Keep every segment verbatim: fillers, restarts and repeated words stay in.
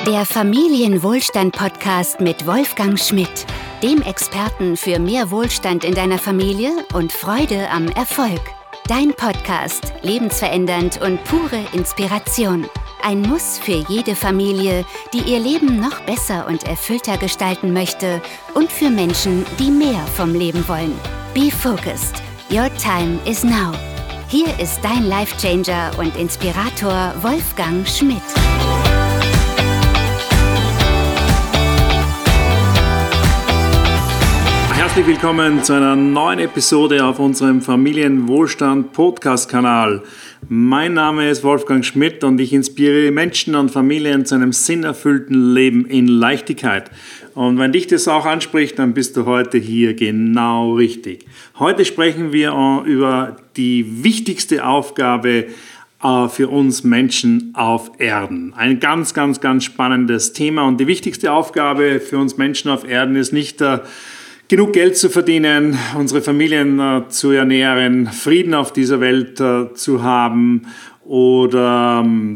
Der Familienwohlstand-Podcast mit Wolfgang Schmidt, dem Experten für mehr Wohlstand in deiner Familie und Freude am Erfolg. Dein Podcast, lebensverändernd und pure Inspiration. Ein Muss für jede Familie, die ihr Leben noch besser und erfüllter gestalten möchte, und für Menschen, die mehr vom Leben wollen. Be focused. Your time is now. Hier ist dein Life-Changer und Inspirator Wolfgang Schmidt. Herzlich willkommen zu einer neuen Episode auf unserem Familienwohlstand-Podcast-Kanal. Mein Name ist Wolfgang Schmidt und ich inspiriere Menschen und Familien zu einem sinnerfüllten Leben in Leichtigkeit. Und wenn dich das auch anspricht, dann bist du heute hier genau richtig. Heute sprechen wir über die wichtigste Aufgabe für uns Menschen auf Erden. Ein ganz, ganz, ganz spannendes Thema. Und die wichtigste Aufgabe für uns Menschen auf Erden ist nicht der genug Geld zu verdienen, unsere Familien äh, zu ernähren, Frieden auf dieser Welt äh, zu haben oder ähm,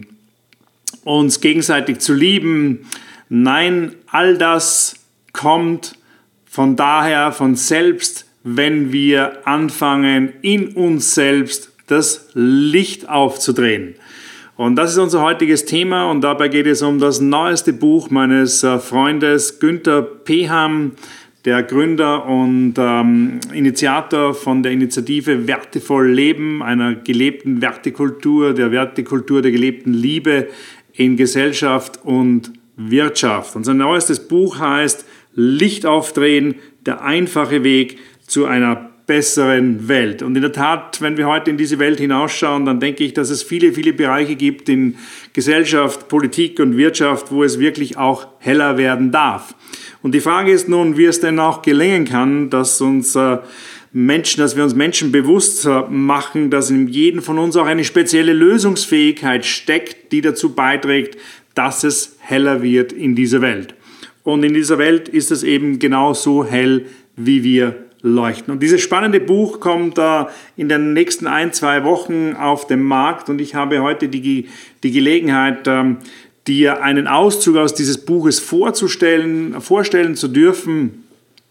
uns gegenseitig zu lieben. Nein, all das kommt von daher von selbst, wenn wir anfangen, in uns selbst das Licht aufzudrehen. Und das ist unser heutiges Thema und dabei geht es um das neueste Buch meines äh, Freundes Günther Peham, der Gründer und ähm, Initiator von der Initiative Wertevoll Leben, einer gelebten Wertekultur, der Wertekultur der gelebten Liebe in Gesellschaft und Wirtschaft. Und sein neuestes Buch heißt Licht aufdrehen, der einfache Weg zu einer besseren Welt. Und in der Tat, wenn wir heute in diese Welt hinausschauen, dann denke ich, dass es viele, viele Bereiche gibt in Gesellschaft, Politik und Wirtschaft, wo es wirklich auch heller werden darf. Und die Frage ist nun, wie es denn auch gelingen kann, dass uns äh, Menschen, dass wir uns Menschen bewusst äh, machen, dass in jedem von uns auch eine spezielle Lösungsfähigkeit steckt, die dazu beiträgt, dass es heller wird in dieser Welt. Und in dieser Welt ist es eben genau so hell, wie wir leuchten. Und dieses spannende Buch kommt äh, in den nächsten ein, zwei Wochen auf den Markt und ich habe heute die, die Gelegenheit, ähm, dir einen Auszug aus dieses Buches vorzustellen, vorstellen zu dürfen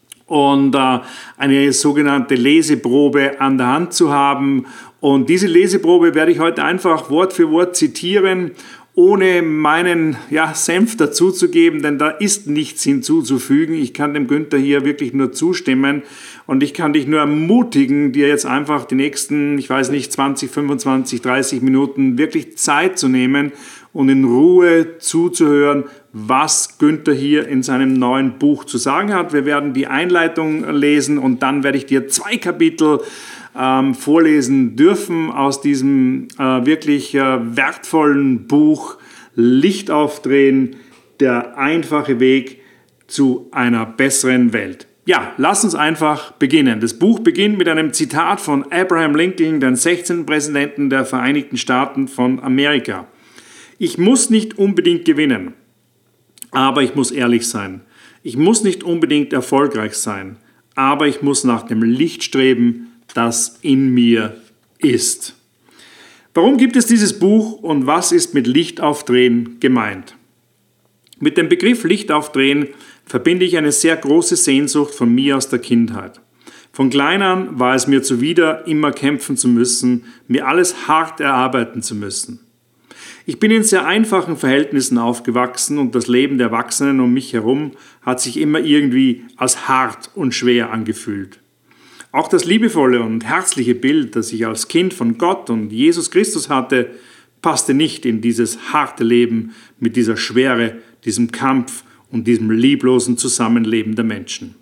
und äh, eine sogenannte Leseprobe an der Hand zu haben. Und diese Leseprobe werde ich heute einfach Wort für Wort zitieren, ohne meinen ja, Senf dazuzugeben, denn da ist nichts hinzuzufügen. Ich kann dem Günther hier wirklich nur zustimmen und ich kann dich nur ermutigen, dir jetzt einfach die nächsten, ich weiß nicht, zwanzig, fünfundzwanzig, dreißig Minuten wirklich Zeit zu nehmen und in Ruhe zuzuhören, was Günther hier in seinem neuen Buch zu sagen hat. Wir werden die Einleitung lesen und dann werde ich dir zwei Kapitel ähm, vorlesen dürfen aus diesem äh, wirklich äh, wertvollen Buch Licht aufdrehen, der einfache Weg zu einer besseren Welt. Ja, lass uns einfach beginnen. Das Buch beginnt mit einem Zitat von Abraham Lincoln, dem sechzehnten Präsidenten der Vereinigten Staaten von Amerika. Ich muss nicht unbedingt gewinnen, aber ich muss ehrlich sein. Ich muss nicht unbedingt erfolgreich sein, aber ich muss nach dem Licht streben, das in mir ist. Warum gibt es dieses Buch und was ist mit Licht aufdrehen gemeint? Mit dem Begriff Licht aufdrehen verbinde ich eine sehr große Sehnsucht von mir aus der Kindheit. Von klein an war es mir zuwider, immer kämpfen zu müssen, mir alles hart erarbeiten zu müssen. Ich bin in sehr einfachen Verhältnissen aufgewachsen und das Leben der Erwachsenen um mich herum hat sich immer irgendwie als hart und schwer angefühlt. Auch das liebevolle und herzliche Bild, das ich als Kind von Gott und Jesus Christus hatte, passte nicht in dieses harte Leben mit dieser Schwere, diesem Kampf und diesem lieblosen Zusammenleben der Menschen.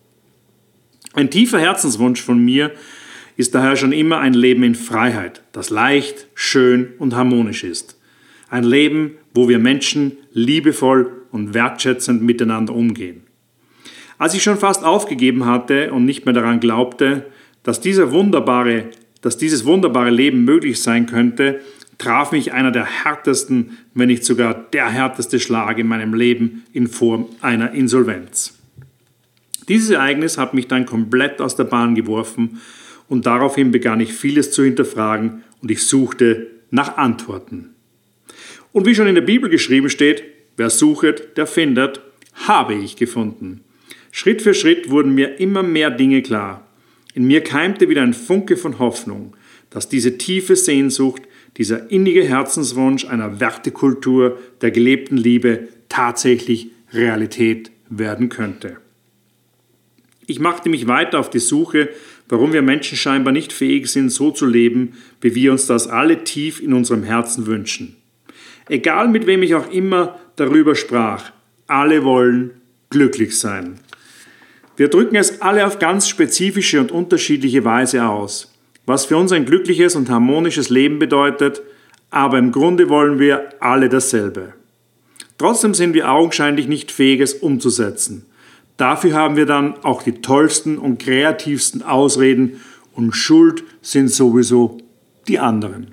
Ein tiefer Herzenswunsch von mir ist daher schon immer ein Leben in Freiheit, das leicht, schön und harmonisch ist. Ein Leben, wo wir Menschen liebevoll und wertschätzend miteinander umgehen. Als ich schon fast aufgegeben hatte und nicht mehr daran glaubte, dass, dieser wunderbare, dass dieses wunderbare Leben möglich sein könnte, traf mich einer der härtesten, wenn nicht sogar der härteste Schlag in meinem Leben in Form einer Insolvenz. Dieses Ereignis hat mich dann komplett aus der Bahn geworfen und daraufhin begann ich vieles zu hinterfragen und ich suchte nach Antworten. Und wie schon in der Bibel geschrieben steht, Wer suchet, der findet, habe ich gefunden. Schritt für Schritt wurden mir immer mehr Dinge klar. In mir keimte wieder ein Funke von Hoffnung, dass diese tiefe Sehnsucht, dieser innige Herzenswunsch einer Wertekultur der gelebten Liebe tatsächlich Realität werden könnte. Ich machte mich weiter auf die Suche, warum wir Menschen scheinbar nicht fähig sind, so zu leben, wie wir uns das alle tief in unserem Herzen wünschen. Egal mit wem ich auch immer darüber sprach, alle wollen glücklich sein. Wir drücken es alle auf ganz spezifische und unterschiedliche Weise aus, was für uns ein glückliches und harmonisches Leben bedeutet, aber im Grunde wollen wir alle dasselbe. Trotzdem sind wir augenscheinlich nicht fähig, es umzusetzen. Dafür haben wir dann auch die tollsten und kreativsten Ausreden und schuld sind sowieso die anderen.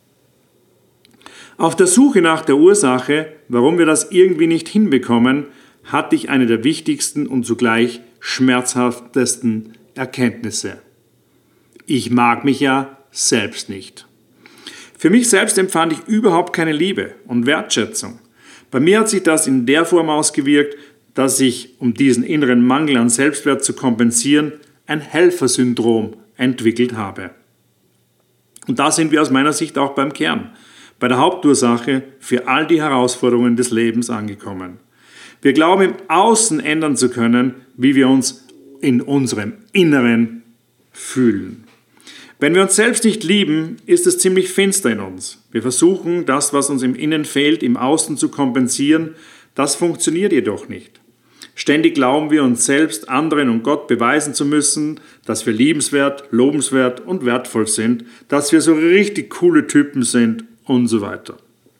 Auf der Suche nach der Ursache, warum wir das irgendwie nicht hinbekommen, hatte ich eine der wichtigsten und zugleich schmerzhaftesten Erkenntnisse. Ich mag mich ja selbst nicht. Für mich selbst empfand ich überhaupt keine Liebe und Wertschätzung. Bei mir hat sich das in der Form ausgewirkt, dass ich, um diesen inneren Mangel an Selbstwert zu kompensieren, ein Helfersyndrom entwickelt habe. Und da sind wir aus meiner Sicht auch beim Kern, bei der Hauptursache für all die Herausforderungen des Lebens angekommen. Wir glauben, im Außen ändern zu können, wie wir uns in unserem Inneren fühlen. Wenn wir uns selbst nicht lieben, ist es ziemlich finster in uns. Wir versuchen, das, was uns im Innen fehlt, im Außen zu kompensieren. Das funktioniert jedoch nicht. Ständig glauben wir uns selbst, anderen und Gott beweisen zu müssen, dass wir liebenswert, lobenswert und wertvoll sind, dass wir so richtig coole Typen sind und so weiter.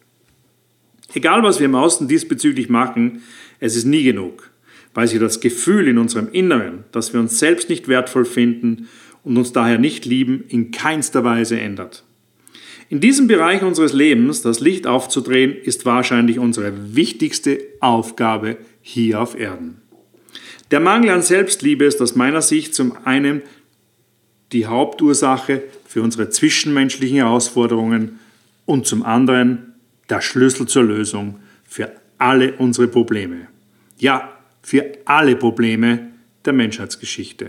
Egal, was wir im Außen diesbezüglich machen, es ist nie genug, weil sich das Gefühl in unserem Inneren, dass wir uns selbst nicht wertvoll finden und uns daher nicht lieben, in keinster Weise ändert. In diesem Bereich unseres Lebens das Licht aufzudrehen, ist wahrscheinlich unsere wichtigste Aufgabe hier auf Erden. Der Mangel an Selbstliebe ist aus meiner Sicht zum einen die Hauptursache für unsere zwischenmenschlichen Herausforderungen und zum anderen der Schlüssel zur Lösung für alle unsere Probleme. Ja, für alle Probleme der Menschheitsgeschichte.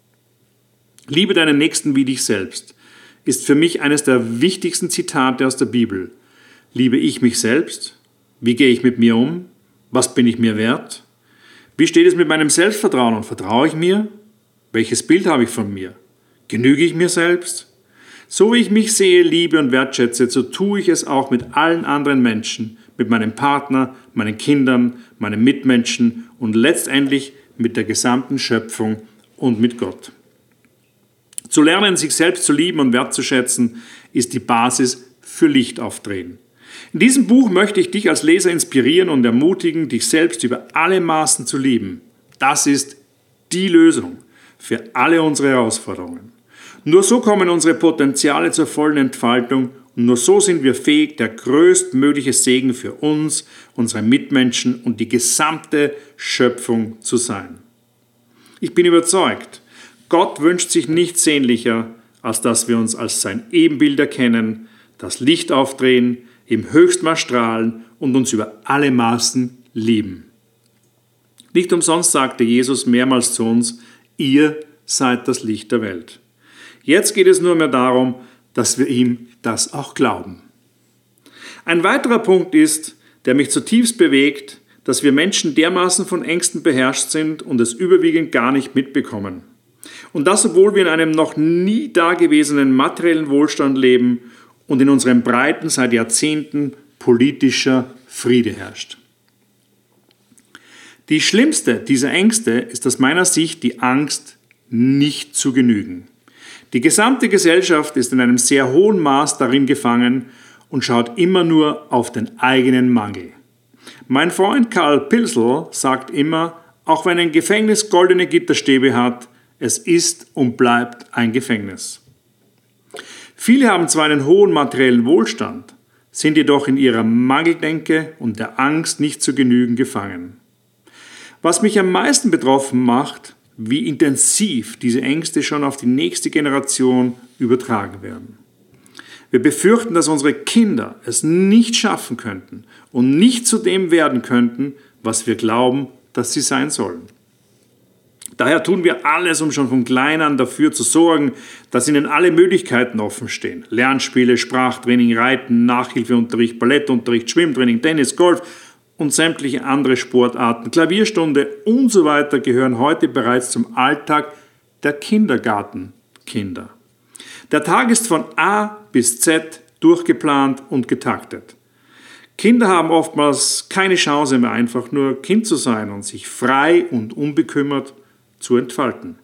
Liebe deinen Nächsten wie dich selbst ist für mich eines der wichtigsten Zitate aus der Bibel. Liebe ich mich selbst? Wie gehe ich mit mir um? Was bin ich mir wert? Wie steht es mit meinem Selbstvertrauen und vertraue ich mir? Welches Bild habe ich von mir? Genüge ich mir selbst? So wie ich mich sehe, liebe und wertschätze, so tue ich es auch mit allen anderen Menschen, mit meinem Partner, meinen Kindern, meinen Mitmenschen und letztendlich mit der gesamten Schöpfung und mit Gott. Zu lernen, sich selbst zu lieben und wertzuschätzen, ist die Basis für Licht aufdrehen. In diesem Buch möchte ich dich als Leser inspirieren und ermutigen, dich selbst über alle Maßen zu lieben. Das ist die Lösung für alle unsere Herausforderungen. Nur so kommen unsere Potenziale zur vollen Entfaltung und nur so sind wir fähig, der größtmögliche Segen für uns, unsere Mitmenschen und die gesamte Schöpfung zu sein. Ich bin überzeugt, Gott wünscht sich nichts sehnlicher, als dass wir uns als sein Ebenbild erkennen, das Licht aufdrehen, im Höchstmaß strahlen und uns über alle Maßen lieben. Nicht umsonst sagte Jesus mehrmals zu uns, ihr seid das Licht der Welt. Jetzt geht es nur mehr darum, dass wir ihm das auch glauben. Ein weiterer Punkt ist, der mich zutiefst bewegt, dass wir Menschen dermaßen von Ängsten beherrscht sind und es überwiegend gar nicht mitbekommen. Und das, obwohl wir in einem noch nie dagewesenen materiellen Wohlstand leben und in unseren Breiten seit Jahrzehnten politischer Friede herrscht. Die schlimmste dieser Ängste ist aus meiner Sicht die Angst, nicht zu genügen. Die gesamte Gesellschaft ist in einem sehr hohen Maß darin gefangen und schaut immer nur auf den eigenen Mangel. Mein Freund Karl Pilsel sagt immer, auch wenn ein Gefängnis goldene Gitterstäbe hat, es ist und bleibt ein Gefängnis. Viele haben zwar einen hohen materiellen Wohlstand, sind jedoch in ihrer Mangeldenke und der Angst, nicht zu genügen, gefangen. Was mich am meisten betroffen macht, wie intensiv diese Ängste schon auf die nächste Generation übertragen werden. Wir befürchten, dass unsere Kinder es nicht schaffen könnten und nicht zu dem werden könnten, was wir glauben, dass sie sein sollen. Daher tun wir alles, um schon von klein an dafür zu sorgen, dass ihnen alle Möglichkeiten offen stehen. Lernspiele, Sprachtraining, Reiten, Nachhilfeunterricht, Ballettunterricht, Schwimmtraining, Tennis, Golf und sämtliche andere Sportarten, Klavierstunde und so weiter gehören heute bereits zum Alltag der Kindergartenkinder. Der Tag ist von A bis Z durchgeplant und getaktet. Kinder haben oftmals keine Chance mehr, einfach nur Kind zu sein und sich frei und unbekümmert zu entfalten.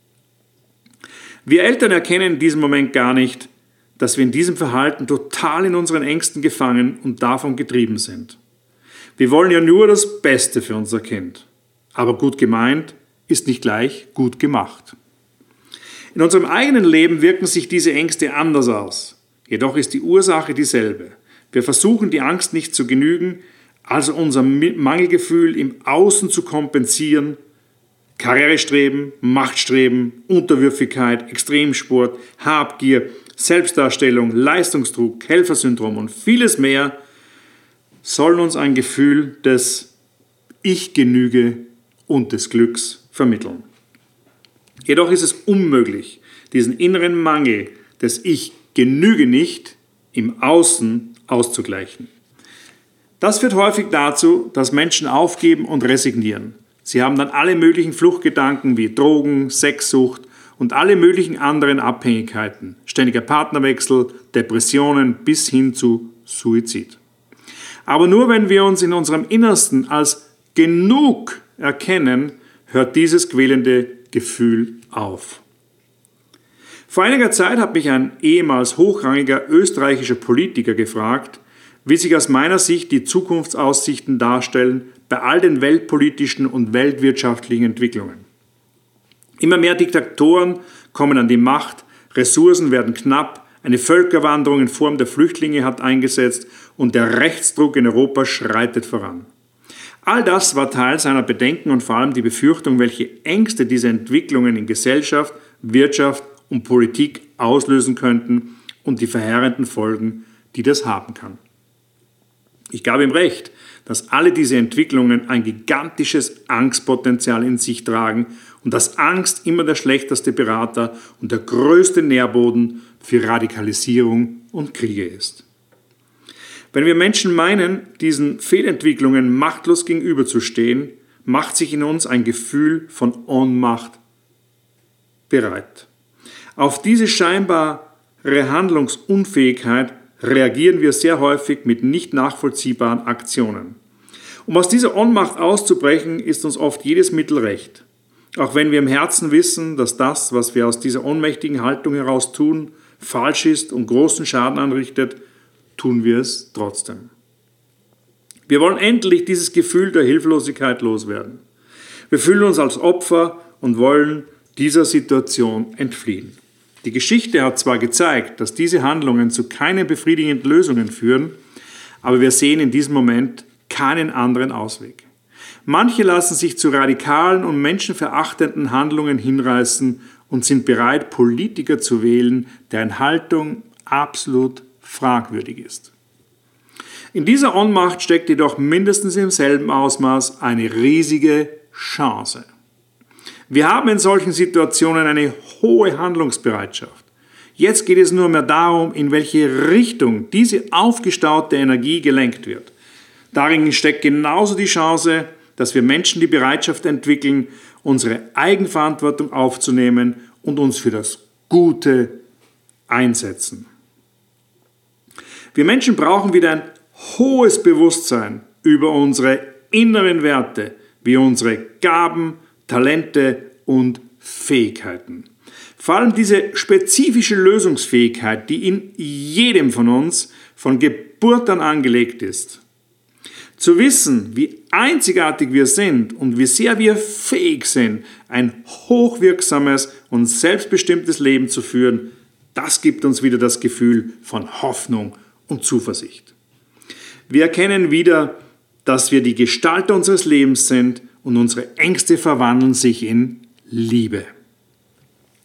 Wir Eltern erkennen in diesem Moment gar nicht, dass wir in diesem Verhalten total in unseren Ängsten gefangen und davon getrieben sind. Wir wollen ja nur das Beste für unser Kind. Aber gut gemeint ist nicht gleich gut gemacht. In unserem eigenen Leben wirken sich diese Ängste anders aus. Jedoch ist die Ursache dieselbe. Wir versuchen, die Angst nicht zu genügen, also unser Mangelgefühl im Außen zu kompensieren. Karrierestreben, Machtstreben, Unterwürfigkeit, Extremsport, Habgier, Selbstdarstellung, Leistungsdruck, Helfersyndrom und vieles mehr sollen uns ein Gefühl des Ich genüge und des Glücks vermitteln. Jedoch ist es unmöglich, diesen inneren Mangel des Ich genüge nicht im Außen auszugleichen. Das führt häufig dazu, dass Menschen aufgeben und resignieren. Sie haben dann alle möglichen Fluchtgedanken wie Drogen, Sexsucht und alle möglichen anderen Abhängigkeiten, ständiger Partnerwechsel, Depressionen bis hin zu Suizid. Aber nur wenn wir uns in unserem Innersten als genug erkennen, hört dieses quälende Gefühl auf. Vor einiger Zeit hat mich ein ehemals hochrangiger österreichischer Politiker gefragt, wie sich aus meiner Sicht die Zukunftsaussichten darstellen bei all den weltpolitischen und weltwirtschaftlichen Entwicklungen. Immer mehr Diktatoren kommen an die Macht, Ressourcen werden knapp, eine Völkerwanderung in Form der Flüchtlinge hat eingesetzt und der Rechtsdruck in Europa schreitet voran. All das war Teil seiner Bedenken und vor allem die Befürchtung, welche Ängste diese Entwicklungen in Gesellschaft, Wirtschaft und Politik auslösen könnten und die verheerenden Folgen, die das haben kann. Ich gab ihm recht, dass alle diese Entwicklungen ein gigantisches Angstpotenzial in sich tragen und dass Angst immer der schlechteste Berater und der größte Nährboden für Radikalisierung und Kriege ist. Wenn wir Menschen meinen, diesen Fehlentwicklungen machtlos gegenüberzustehen, macht sich in uns ein Gefühl von Ohnmacht bereit. Auf diese scheinbare Handlungsunfähigkeit reagieren wir sehr häufig mit nicht nachvollziehbaren Aktionen. Um aus dieser Ohnmacht auszubrechen, ist uns oft jedes Mittel recht. Auch wenn wir im Herzen wissen, dass das, was wir aus dieser ohnmächtigen Haltung heraus tun, falsch ist und großen Schaden anrichtet, tun wir es trotzdem. Wir wollen endlich dieses Gefühl der Hilflosigkeit loswerden. Wir fühlen uns als Opfer und wollen dieser Situation entfliehen. Die Geschichte hat zwar gezeigt, dass diese Handlungen zu keinen befriedigenden Lösungen führen, aber wir sehen in diesem Moment keinen anderen Ausweg. Manche lassen sich zu radikalen und menschenverachtenden Handlungen hinreißen und sind bereit, Politiker zu wählen, deren Haltung absolut fragwürdig ist. In dieser Ohnmacht steckt jedoch mindestens im selben Ausmaß eine riesige Chance. Wir haben in solchen Situationen eine hohe Handlungsbereitschaft. Jetzt geht es nur mehr darum, in welche Richtung diese aufgestaute Energie gelenkt wird. Darin steckt genauso die Chance, dass wir Menschen die Bereitschaft entwickeln, unsere Eigenverantwortung aufzunehmen und uns für das Gute einsetzen. Wir Menschen brauchen wieder ein hohes Bewusstsein über unsere inneren Werte, wie unsere Gaben, Talente und Fähigkeiten. Vor allem diese spezifische Lösungsfähigkeit, die in jedem von uns von Geburt an angelegt ist. Zu wissen, wie einzigartig wir sind und wie sehr wir fähig sind, ein hochwirksames und selbstbestimmtes Leben zu führen, das gibt uns wieder das Gefühl von Hoffnung und Zuversicht. Wir erkennen wieder, dass wir die Gestalter unseres Lebens sind und unsere Ängste verwandeln sich in Liebe.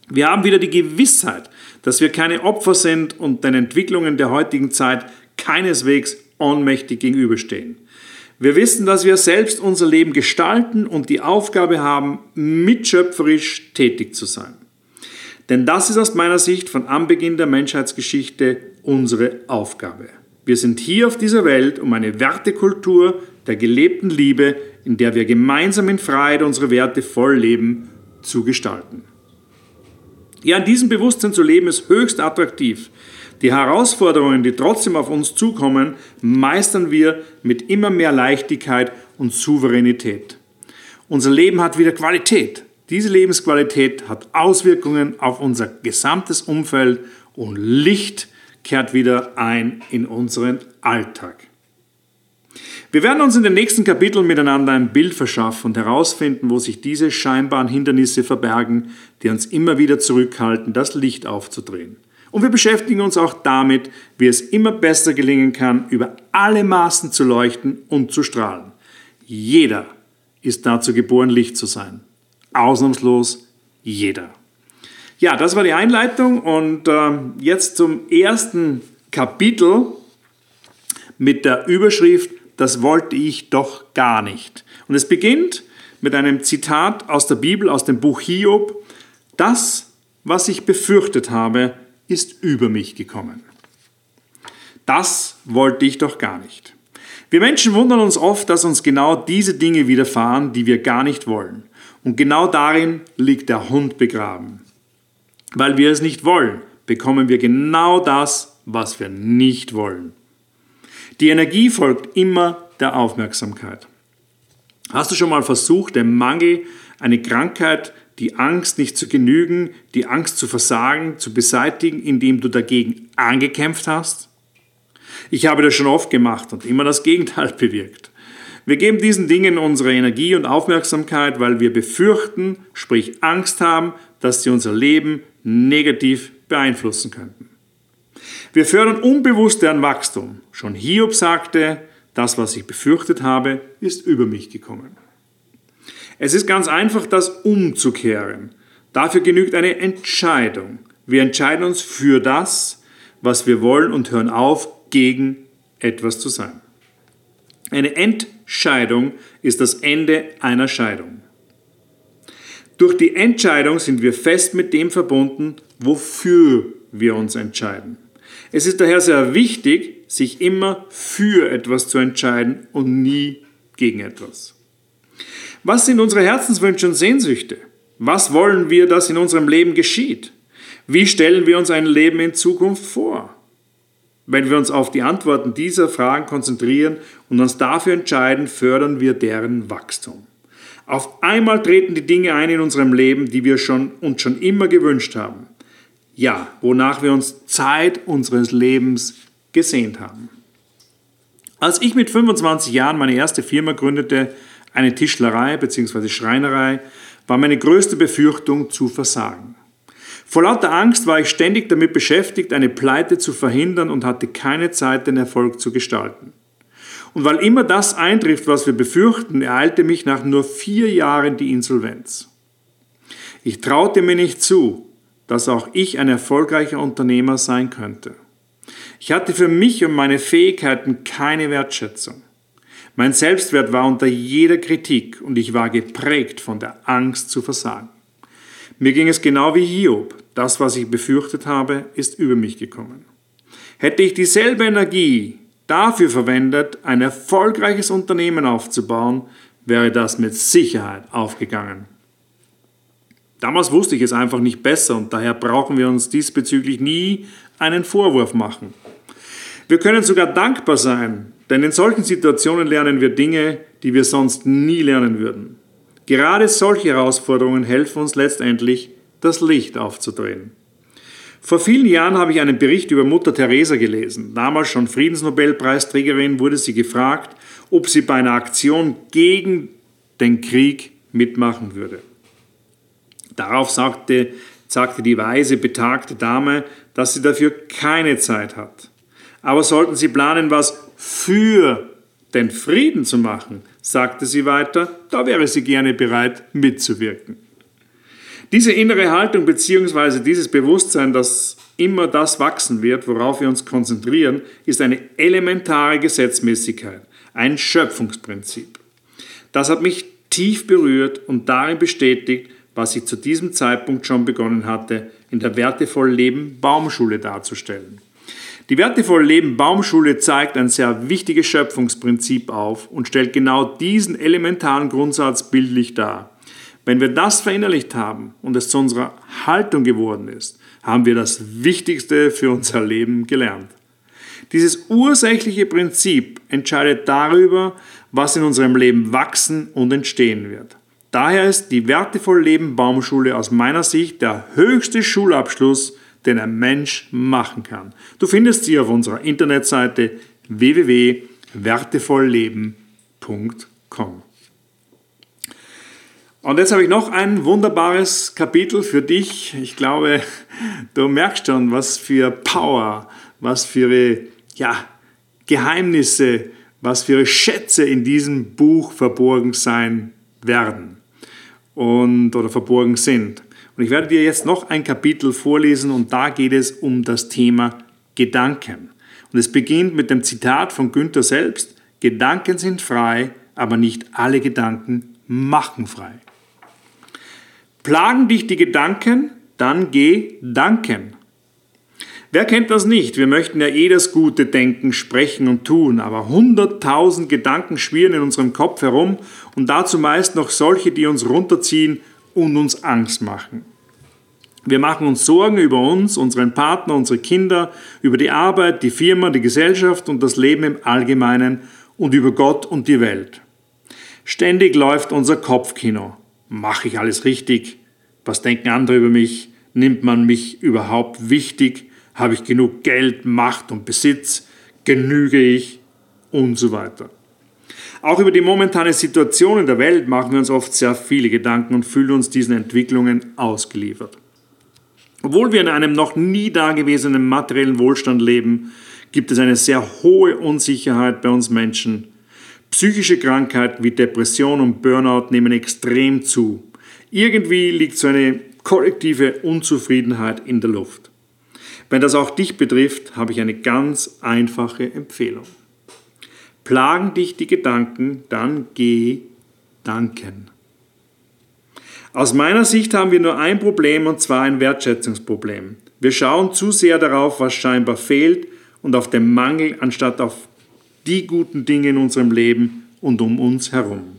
Wir haben wieder die Gewissheit, dass wir keine Opfer sind und den Entwicklungen der heutigen Zeit keineswegs ohnmächtig gegenüberstehen. Wir wissen, dass wir selbst unser Leben gestalten und die Aufgabe haben, mitschöpferisch tätig zu sein. Denn das ist aus meiner Sicht von Anbeginn der Menschheitsgeschichte unsere Aufgabe. Wir sind hier auf dieser Welt, um eine Wertekultur der gelebten Liebe, in der wir gemeinsam in Freiheit unsere Werte voll leben, zu gestalten. Ja, in diesem Bewusstsein zu leben ist höchst attraktiv. Die Herausforderungen, die trotzdem auf uns zukommen, meistern wir mit immer mehr Leichtigkeit und Souveränität. Unser Leben hat wieder Qualität. Diese Lebensqualität hat Auswirkungen auf unser gesamtes Umfeld und Licht kehrt wieder ein in unseren Alltag. Wir werden uns in den nächsten Kapiteln miteinander ein Bild verschaffen und herausfinden, wo sich diese scheinbaren Hindernisse verbergen, die uns immer wieder zurückhalten, das Licht aufzudrehen. Und wir beschäftigen uns auch damit, wie es immer besser gelingen kann, über alle Maßen zu leuchten und zu strahlen. Jeder ist dazu geboren, Licht zu sein. Ausnahmslos jeder. Ja, das war die Einleitung und äh, jetzt zum ersten Kapitel mit der Überschrift Das wollte ich doch gar nicht. Und es beginnt mit einem Zitat aus der Bibel, aus dem Buch Hiob. Das, was ich befürchtet habe, ist über mich gekommen. Das wollte ich doch gar nicht. Wir Menschen wundern uns oft, dass uns genau diese Dinge widerfahren, die wir gar nicht wollen. Und genau darin liegt der Hund begraben. Weil wir es nicht wollen, bekommen wir genau das, was wir nicht wollen. Die Energie folgt immer der Aufmerksamkeit. Hast du schon mal versucht, den Mangel, eine Krankheit, die Angst nicht zu genügen, die Angst zu versagen, zu beseitigen, indem du dagegen angekämpft hast? Ich habe das schon oft gemacht und immer das Gegenteil bewirkt. Wir geben diesen Dingen unsere Energie und Aufmerksamkeit, weil wir befürchten, sprich Angst haben, dass sie unser Leben negativ beeinflussen könnten. Wir fördern unbewusst deren Wachstum. Schon Hiob sagte, das, was ich befürchtet habe, ist über mich gekommen. Es ist ganz einfach, das umzukehren. Dafür genügt eine Entscheidung. Wir entscheiden uns für das, was wir wollen und hören auf, gegen etwas zu sein. Eine Entscheidung ist das Ende einer Scheidung. Durch die Entscheidung sind wir fest mit dem verbunden, wofür wir uns entscheiden. Es ist daher sehr wichtig, sich immer für etwas zu entscheiden und nie gegen etwas. Was sind unsere Herzenswünsche und Sehnsüchte? Was wollen wir, dass in unserem Leben geschieht? Wie stellen wir uns ein Leben in Zukunft vor? Wenn wir uns auf die Antworten dieser Fragen konzentrieren und uns dafür entscheiden, fördern wir deren Wachstum. Auf einmal treten die Dinge ein in unserem Leben, die wir schon, uns schon immer gewünscht haben. Ja, wonach wir uns Zeit unseres Lebens gesehnt haben. Als ich mit fünfundzwanzig Jahren meine erste Firma gründete, eine Tischlerei bzw. Schreinerei, war meine größte Befürchtung zu versagen. Vor lauter Angst war ich ständig damit beschäftigt, eine Pleite zu verhindern und hatte keine Zeit, den Erfolg zu gestalten. Und weil immer das eintrifft, was wir befürchten, ereilte mich nach nur vier Jahren die Insolvenz. Ich traute mir nicht zu, dass auch ich ein erfolgreicher Unternehmer sein könnte. Ich hatte für mich und meine Fähigkeiten keine Wertschätzung. Mein Selbstwert war unter jeder Kritik und ich war geprägt von der Angst zu versagen. Mir ging es genau wie Hiob. Das, was ich befürchtet habe, ist über mich gekommen. Hätte ich dieselbe Energie dafür verwendet, ein erfolgreiches Unternehmen aufzubauen, wäre das mit Sicherheit aufgegangen. Damals wusste ich es einfach nicht besser und daher brauchen wir uns diesbezüglich nie einen Vorwurf machen. Wir können sogar dankbar sein, denn in solchen Situationen lernen wir Dinge, die wir sonst nie lernen würden. Gerade solche Herausforderungen helfen uns letztendlich, das Licht aufzudrehen. Vor vielen Jahren habe ich einen Bericht über Mutter Teresa gelesen. Damals schon Friedensnobelpreisträgerin, wurde sie gefragt, ob sie bei einer Aktion gegen den Krieg mitmachen würde. Darauf sagte, sagte die weise, betagte Dame, dass sie dafür keine Zeit hat. Aber sollten sie planen, was für den Frieden zu machen, sagte sie weiter, da wäre sie gerne bereit mitzuwirken. Diese innere Haltung bzw. dieses Bewusstsein, dass immer das wachsen wird, worauf wir uns konzentrieren, ist eine elementare Gesetzmäßigkeit, ein Schöpfungsprinzip. Das hat mich tief berührt und darin bestätigt, was ich zu diesem Zeitpunkt schon begonnen hatte, in der Wertevoll Leben Baumschule darzustellen. Die Wertevoll Leben Baumschule zeigt ein sehr wichtiges Schöpfungsprinzip auf und stellt genau diesen elementaren Grundsatz bildlich dar. Wenn wir das verinnerlicht haben und es zu unserer Haltung geworden ist, haben wir das Wichtigste für unser Leben gelernt. Dieses ursächliche Prinzip entscheidet darüber, was in unserem Leben wachsen und entstehen wird. Daher ist die Wertevoll Leben Baumschule aus meiner Sicht der höchste Schulabschluss, den ein Mensch machen kann. Du findest sie auf unserer Internetseite w w w punkt wertevollleben punkt com. Und jetzt habe ich noch ein wunderbares Kapitel für dich. Ich glaube, du merkst schon, was für Power, was für ja, Geheimnisse, was für Schätze in diesem Buch verborgen sein werden und, oder verborgen sind. Und ich werde dir jetzt noch ein Kapitel vorlesen und da geht es um das Thema Gedanken. Und es beginnt mit dem Zitat von Günther selbst: Gedanken sind frei, aber nicht alle Gedanken machen frei. Plagen dich die Gedanken, dann geh danken. Wer kennt das nicht? Wir möchten ja eh das Gute denken, sprechen und tun, aber hunderttausend Gedanken schwirren in unserem Kopf herum und dazu meist noch solche, die uns runterziehen und uns Angst machen. Wir machen uns Sorgen über uns, unseren Partner, unsere Kinder, über die Arbeit, die Firma, die Gesellschaft und das Leben im Allgemeinen und über Gott und die Welt. Ständig läuft unser Kopfkino. Mache ich alles richtig? Was denken andere über mich? Nimmt man mich überhaupt wichtig? Habe ich genug Geld, Macht und Besitz? Genüge ich? Und so weiter. Auch über die momentane Situation in der Welt machen wir uns oft sehr viele Gedanken und fühlen uns diesen Entwicklungen ausgeliefert. Obwohl wir in einem noch nie dagewesenen materiellen Wohlstand leben, gibt es eine sehr hohe Unsicherheit bei uns Menschen. Psychische Krankheiten wie Depression und Burnout nehmen extrem zu. Irgendwie liegt so eine kollektive Unzufriedenheit in der Luft. Wenn das auch dich betrifft, habe ich eine ganz einfache Empfehlung. Plagen dich die Gedanken, dann geh danken. Aus meiner Sicht haben wir nur ein Problem, und zwar ein Wertschätzungsproblem. Wir schauen zu sehr darauf, was scheinbar fehlt und auf den Mangel, anstatt auf die guten Dinge in unserem Leben und um uns herum.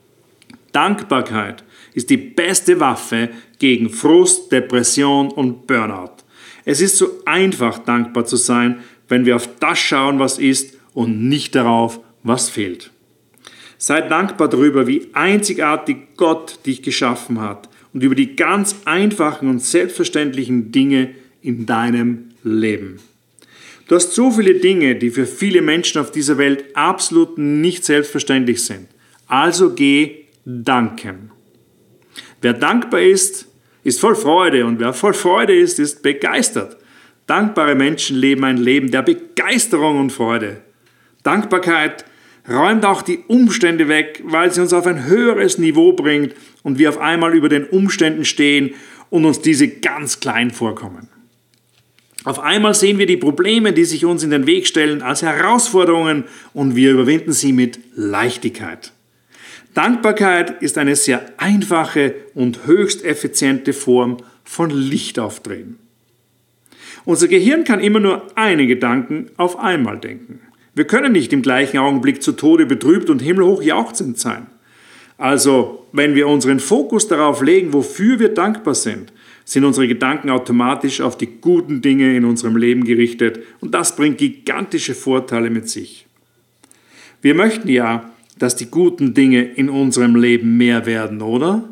Dankbarkeit ist die beste Waffe gegen Frust, Depression und Burnout. Es ist so einfach, dankbar zu sein, wenn wir auf das schauen, was ist und nicht darauf, was fehlt. Sei dankbar darüber, wie einzigartig Gott dich geschaffen hat und über die ganz einfachen und selbstverständlichen Dinge in deinem Leben. Du hast so viele Dinge, die für viele Menschen auf dieser Welt absolut nicht selbstverständlich sind. Also geh danken. Wer dankbar ist, ist voll Freude und wer voll Freude ist, ist begeistert. Dankbare Menschen leben ein Leben der Begeisterung und Freude. Dankbarkeit räumt auch die Umstände weg, weil sie uns auf ein höheres Niveau bringt und wir auf einmal über den Umständen stehen und uns diese ganz klein vorkommen. Auf einmal sehen wir die Probleme, die sich uns in den Weg stellen, als Herausforderungen und wir überwinden sie mit Leichtigkeit. Dankbarkeit ist eine sehr einfache und höchst effiziente Form von Lichtaufdrehen. Unser Gehirn kann immer nur einen Gedanken auf einmal denken. Wir können nicht im gleichen Augenblick zu Tode betrübt und himmelhoch jauchzend sein. Also, wenn wir unseren Fokus darauf legen, wofür wir dankbar sind, sind unsere Gedanken automatisch auf die guten Dinge in unserem Leben gerichtet und das bringt gigantische Vorteile mit sich. Wir möchten ja, dass die guten Dinge in unserem Leben mehr werden, oder?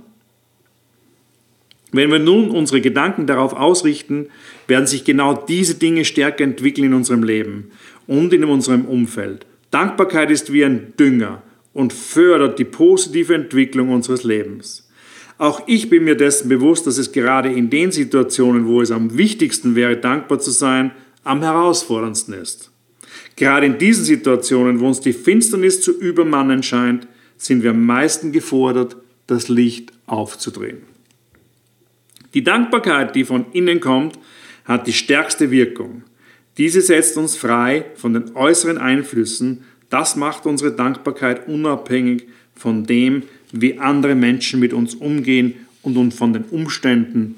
Wenn wir nun unsere Gedanken darauf ausrichten, werden sich genau diese Dinge stärker entwickeln in unserem Leben und in unserem Umfeld. Dankbarkeit ist wie ein Dünger und fördert die positive Entwicklung unseres Lebens. Auch ich bin mir dessen bewusst, dass es gerade in den Situationen, wo es am wichtigsten wäre, dankbar zu sein, am herausforderndsten ist. Gerade in diesen Situationen, wo uns die Finsternis zu übermannen scheint, sind wir am meisten gefordert, das Licht aufzudrehen. Die Dankbarkeit, die von innen kommt, hat die stärkste Wirkung. Diese setzt uns frei von den äußeren Einflüssen. Das macht unsere Dankbarkeit unabhängig von dem, wie andere Menschen mit uns umgehen und von den Umständen.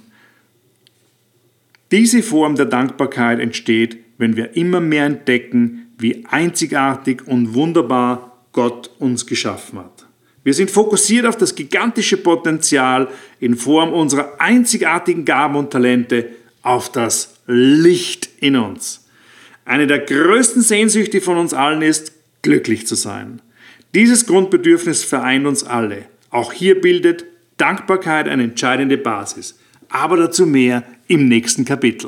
Diese Form der Dankbarkeit entsteht, wenn wir immer mehr entdecken, wie einzigartig und wunderbar Gott uns geschaffen hat. Wir sind fokussiert auf das gigantische Potenzial in Form unserer einzigartigen Gaben und Talente, auf das Licht in uns. Eine der größten Sehnsüchte von uns allen ist, glücklich zu sein. Dieses Grundbedürfnis vereint uns alle. Auch hier bildet Dankbarkeit eine entscheidende Basis. Aber dazu mehr im nächsten Kapitel.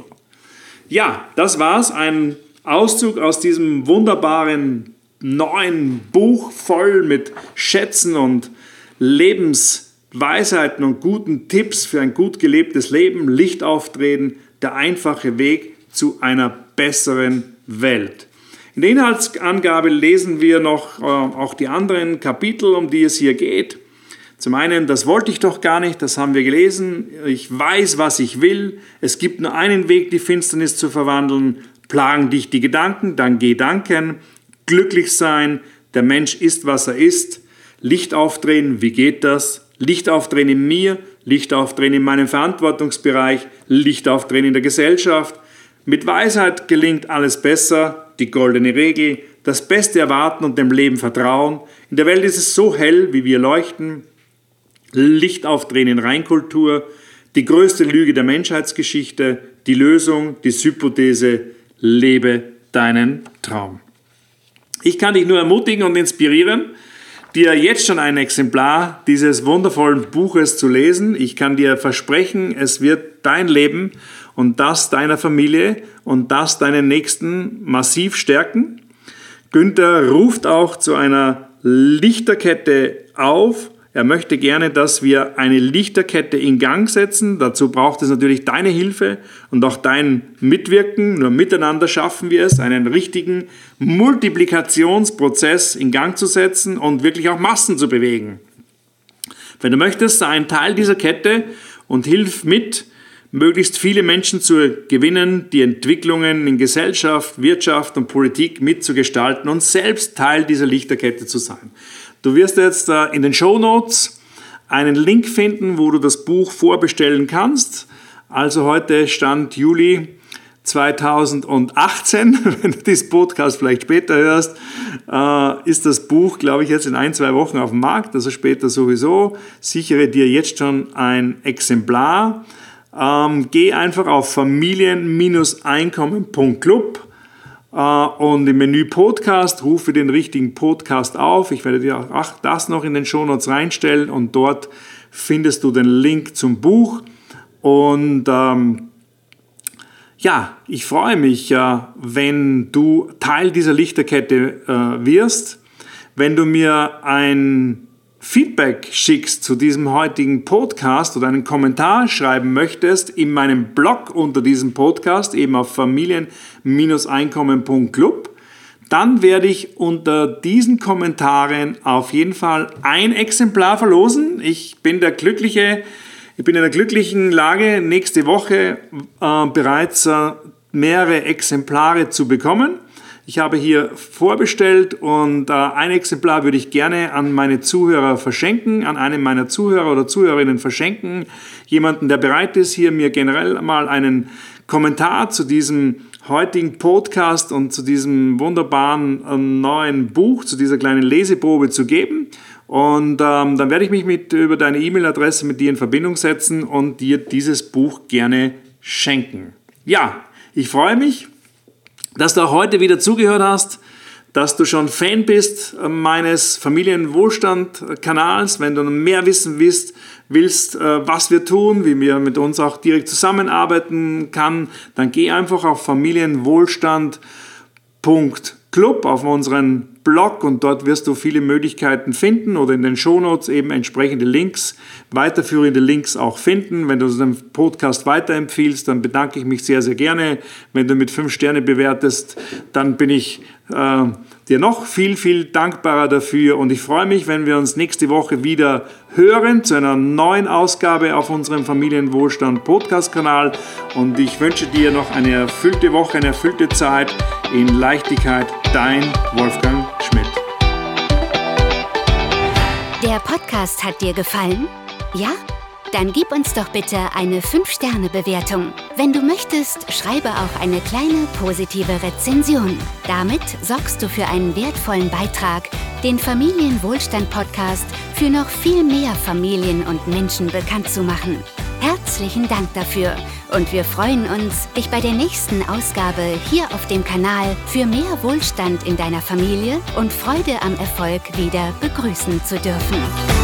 Ja, das war's. Ein Auszug aus diesem wunderbaren neuen Buch voll mit Schätzen und Lebensweisheiten und guten Tipps für ein gut gelebtes Leben. Licht auftreten, der einfache Weg zu einer besseren Welt. In der Inhaltsangabe lesen wir noch äh, auch die anderen Kapitel, um die es hier geht. Zum einen, das wollte ich doch gar nicht, das haben wir gelesen. Ich weiß, was ich will. Es gibt nur einen Weg, die Finsternis zu verwandeln. Plagen dich die Gedanken, dann geh danken. Glücklich sein, der Mensch ist, was er ist. Licht aufdrehen, wie geht das? Licht aufdrehen in mir, Licht aufdrehen in meinem Verantwortungsbereich, Licht aufdrehen in der Gesellschaft. Mit Weisheit gelingt alles besser, die goldene Regel, das Beste erwarten und dem Leben vertrauen. In der Welt ist es so hell, wie wir leuchten. Licht aufdrehen in Reinkultur, die größte Lüge der Menschheitsgeschichte, die Lösung, die Hypothese, lebe deinen Traum. Ich kann dich nur ermutigen und inspirieren, dir jetzt schon ein Exemplar dieses wundervollen Buches zu lesen. Ich kann dir versprechen, es wird dein Leben und das deiner Familie und das deinen Nächsten massiv stärken. Günther ruft auch zu einer Lichterkette auf. Er möchte gerne, dass wir eine Lichterkette in Gang setzen. Dazu braucht es natürlich deine Hilfe und auch dein Mitwirken. Nur miteinander schaffen wir es, einen richtigen Multiplikationsprozess in Gang zu setzen und wirklich auch Massen zu bewegen. Wenn du möchtest, sei ein Teil dieser Kette und hilf mit, möglichst viele Menschen zu gewinnen, die Entwicklungen in Gesellschaft, Wirtschaft und Politik mitzugestalten und selbst Teil dieser Lichterkette zu sein. Du wirst jetzt in den Shownotes einen Link finden, wo du das Buch vorbestellen kannst. Also heute Stand Juli zweitausendachtzehn, wenn du diesen Podcast vielleicht später hörst, ist das Buch, glaube ich, jetzt in ein, zwei Wochen auf dem Markt, also später sowieso. Sichere dir jetzt schon ein Exemplar. Ähm, geh einfach auf familien Einkommen Punkt club und im Menü Podcast rufe den richtigen Podcast auf. Ich werde dir auch das noch in den Shownotes reinstellen und dort findest du den Link zum Buch. Und ähm, ja, ich freue mich, äh, wenn du Teil dieser Lichterkette äh, wirst, wenn du mir ein Feedback schickst zu diesem heutigen Podcast oder einen Kommentar schreiben möchtest in meinem Blog unter diesem Podcast, eben auf familien Einkommen Punkt club, dann werde ich unter diesen Kommentaren auf jeden Fall ein Exemplar verlosen. Ich bin der glückliche, ich bin in der glücklichen Lage, nächste Woche äh, bereits äh, mehrere Exemplare zu bekommen. Ich habe hier vorbestellt und äh, ein Exemplar würde ich gerne an meine Zuhörer verschenken, an einen meiner Zuhörer oder Zuhörerinnen verschenken. Jemanden, der bereit ist, hier mir generell mal einen Kommentar zu diesem heutigen Podcast und zu diesem wunderbaren äh, neuen Buch, zu dieser kleinen Leseprobe zu geben. Und ähm, dann werde ich mich mit, über deine E-Mail-Adresse mit dir in Verbindung setzen und dir dieses Buch gerne schenken. Ja, ich freue mich, dass du auch heute wieder zugehört hast, dass du schon Fan bist meines Familienwohlstand-Kanals. Wenn du mehr wissen willst, willst, was wir tun, wie wir mit uns auch direkt zusammenarbeiten kann, dann geh einfach auf familienwohlstand Punkt club, auf unseren Blog und dort wirst du viele Möglichkeiten finden oder in den Shownotes eben entsprechende Links, weiterführende Links auch finden. Wenn du den Podcast weiterempfiehlst, dann bedanke ich mich sehr, sehr gerne. Wenn du mit fünf Sterne bewertest, dann bin ich äh, dir noch viel, viel dankbarer dafür und ich freue mich, wenn wir uns nächste Woche wieder hören zu einer neuen Ausgabe auf unserem Familienwohlstand Podcast-Kanal und ich wünsche dir noch eine erfüllte Woche, eine erfüllte Zeit in Leichtigkeit. Dein Wolfgang Schmidt. Der Podcast hat dir gefallen? Ja? Dann gib uns doch bitte eine fünf Sterne Bewertung. Wenn du möchtest, schreibe auch eine kleine positive Rezension. Damit sorgst du für einen wertvollen Beitrag, den Familienwohlstand-Podcast für noch viel mehr Familien und Menschen bekannt zu machen. Herzlichen Dank dafür und wir freuen uns, dich bei der nächsten Ausgabe hier auf dem Kanal für mehr Wohlstand in deiner Familie und Freude am Erfolg wieder begrüßen zu dürfen.